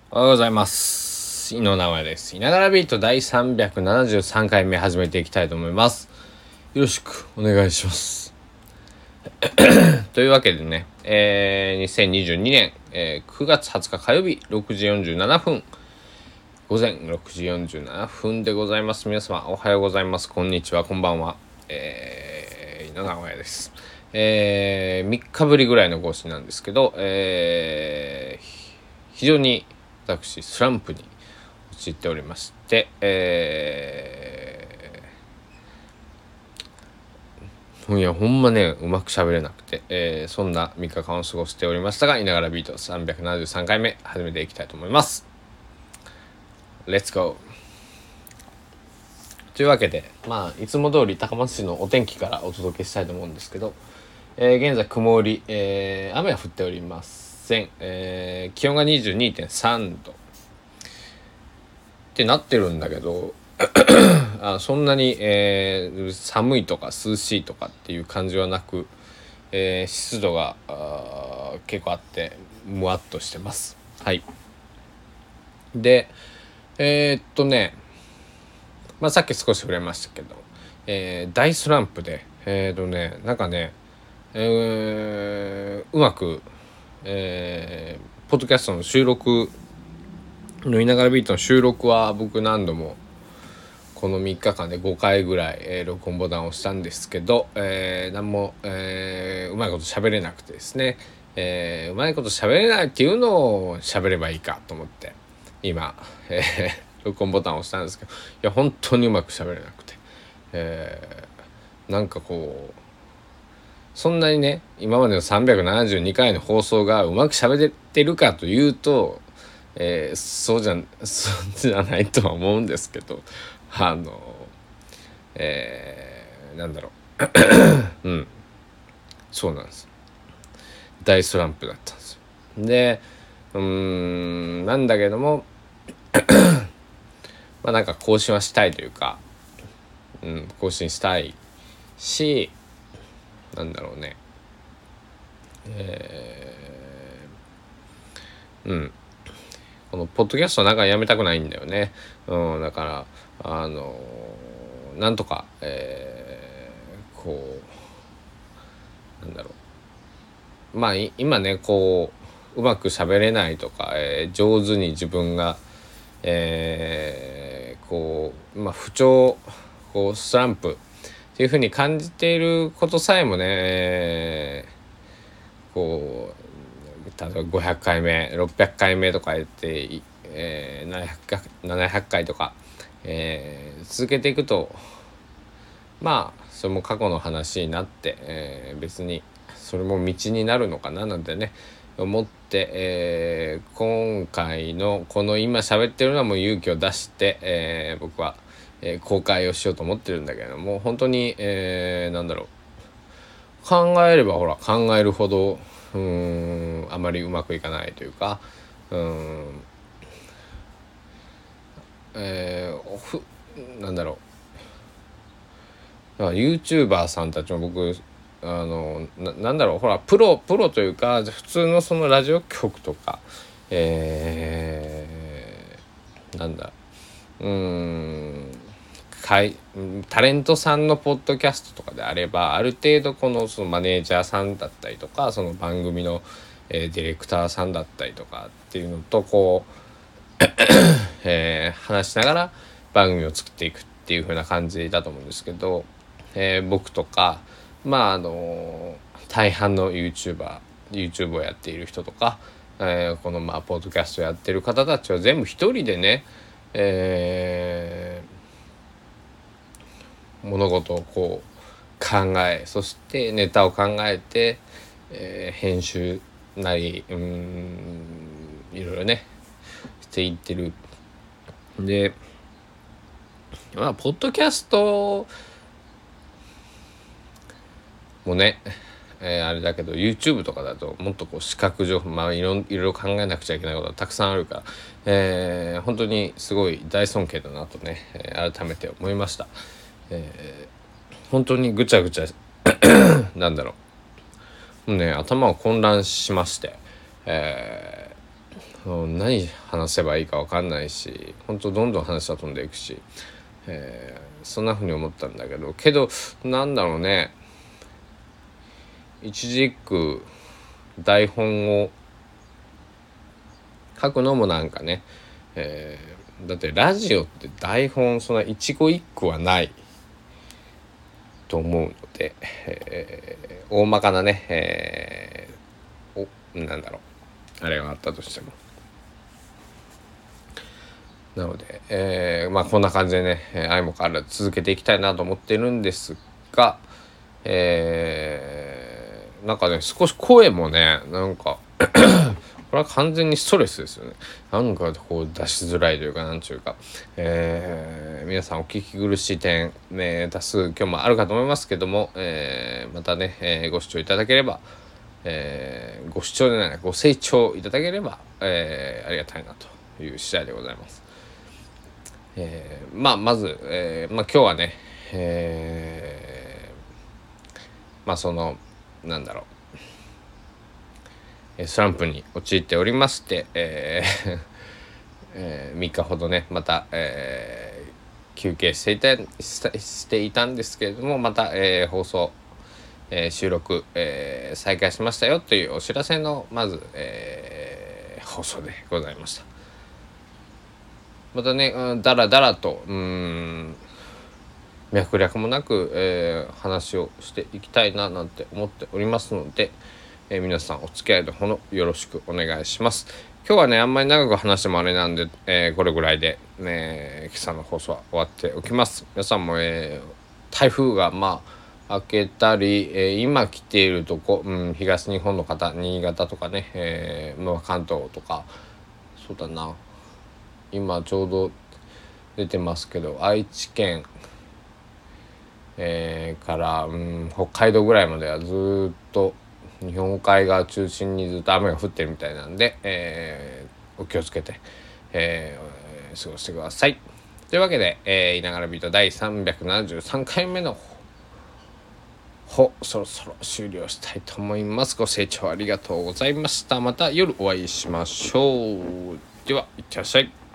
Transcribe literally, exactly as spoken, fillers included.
おはようございます。井野直哉です。いながらビートだいさんびゃくななじゅうさんかいめ始めていきたいと思います。よろしくお願いします。というわけでね、えー、にせんにじゅうにねん、えー、くがつはつか火曜日ろくじよんじゅうななふん、午前ろくじよんじゅうななふんでございます。皆様おはようございます。こんにちは、こんばんは。えー、井野直哉です。えー、みっかぶりぐらいの更新なんですけど、えー、非常に私スランプに陥っておりまして、えー、いやほんまねうまく喋れなくて、えー、そんなみっかかんを過ごしておりましたが、いながらビートさんびゃくななじゅうさんかいめ始めていきたいと思います。レッツゴー。というわけで、まあいつも通り高松市のお天気からお届けしたいと思うんですけど、えー、現在曇り、えー、雨は降っておりません。えー、気温が にじゅうにてんさんどってなってるんだけどあそんなに、えー、寒いとか涼しいとかっていう感じはなく、えー、湿度が結構あってむわっとしてます。はい。でえー、っとねまあさっき少し触れましたけど、えー、大スランプでえー、っとねなんかね、えー、うまく、えー、ポッドキャストの収録のいながらビートの収録は僕何度もこのみっかかんでごかいぐらい、えー、録音ボタンを押したんですけど、えー、何も、えー、うまいこと喋れなくてですね、えー、うまいこと喋れないっていうのを喋ればいいかと思って今、えー、録音ボタンを押したんですけど、いや本当にうまく喋れなくて、えー、なんかこうそんなにね今までのさんびゃくななじゅうにかいの放送がうまく喋ってるかというと、えー、そうじゃそうじゃないとは思うんですけど、あのえー、なんだろううんそうなんです。大スランプだったんですよ。でうーんなんだけどもまあなんか更新はしたいというか、うん、更新したいし、なんだろうねえー、うんこのポッドキャストなんかやめたくないんだよね。うん、だからあのなんとか、えー、こうなんだろうまあ今ねこううまく喋れないとか、えー、上手に自分が、えー、こうまあ不調こうスランプっていう風に感じていることさえもね、えー、こう例えばごひゃっかいめろっぴゃっかいめとか言って、えー、ななひゃく, ななひゃっかいとか、えー、続けていくとまあそれも過去の話になって、えー、別にそれも道になるのかななんてね思って、えー、今回のこの今喋ってるのはもう勇気を出して、えー、僕は、えー、公開をしようと思ってるんだけれども、本当に、えー、なんだろう考えればほら考えるほどうーんあまりうまくいかないというか、うーん、えー、ふなんだろう YouTuber さんたちも僕あの な, なんだろうほらプロプロというか普通のそのラジオ局とか、えー、なんだうーんかいタレントさんのポッドキャストとかであればある程度このそのマネージャーさんだったりとかその番組の、えー、ディレクターさんだったりとかっていうのとこう、えー、話しながら番組を作っていくっていう風な感じだと思うんですけど、えー、僕とかまああの大半の YouTuber YouTube をやっている人とか、えー、このまあポッドキャストやってる方たちは全部一人でね、えー物事をこう考えそしてネタを考えて、えー、編集なりうーんいろいろねしていってるでまあポッドキャストもね、えー、あれだけど YouTube とかだともっとこう視覚情報まあいろいろ考えなくちゃいけないことがたくさんあるから、えー、本当にすごい大尊敬だなとね、えー、改めて思いました。えー、本当にぐちゃぐちゃなんだろうもうね頭を混乱しまして、え何話せばいいか分かんないし、本当どんどん話は飛んでいくし、えー、そんな風に思ったんだけどけどなんだろうね、一字一句台本を書くのもなんかね、えー、だってラジオって台本そんな一語一句はないと思うので、えー、大まかなね、えー、おなんだろうあれがあったとしても、なので、えー、まあこんな感じでね愛も変わらず続けていきたいなと思ってるんですが、えー、なんかね少し声もねなんかこれは完全にストレスですよね。なんかこう出しづらいというかなんちゅうか、えー、皆さんお聞き苦しい点、ね、多数今日もあるかと思いますけども、えー、またね、えー、ご視聴いただければ、えー、ご視聴でないご清聴いただければ、えー、ありがたいなという次第でございます。えー、まあまず、えー、まあ今日はね、えー、まあそのなんだろうスランプに陥っておりまして、えーえー、みっかほどねまた、えー、休憩していたしていたんですけれども、また、えー、放送、えー、収録、えー、再開しましたよというお知らせのまず、えー、放送でございました。またね、うん、だらだらとうーん脈略もなく、えー、話をしていきたいななんて思っておりますので、えー、皆さんお付き合いのほどよろしくお願いします。今日はねあんまり長く話してもあれなんで、えー、これぐらいで、ね、今朝の放送は終わっておきます。皆さんも、えー、台風がまあ明けたり、えー、今来ているとこ、うん、東日本の方新潟とかね、えーまあ、関東とかそうだな今ちょうど出てますけど愛知県えー、から、うん、北海道ぐらいまではずっと日本海側中心にずっと雨が降ってるみたいなんで、えー、お気をつけて、えー、過ごしてください。というわけで、えー、いながらビートだいさんびゃくななじゅうさんかいめのほそろそろ終了したいと思います。ご清聴ありがとうございました。また夜お会いしましょう。ではいってらっしゃい。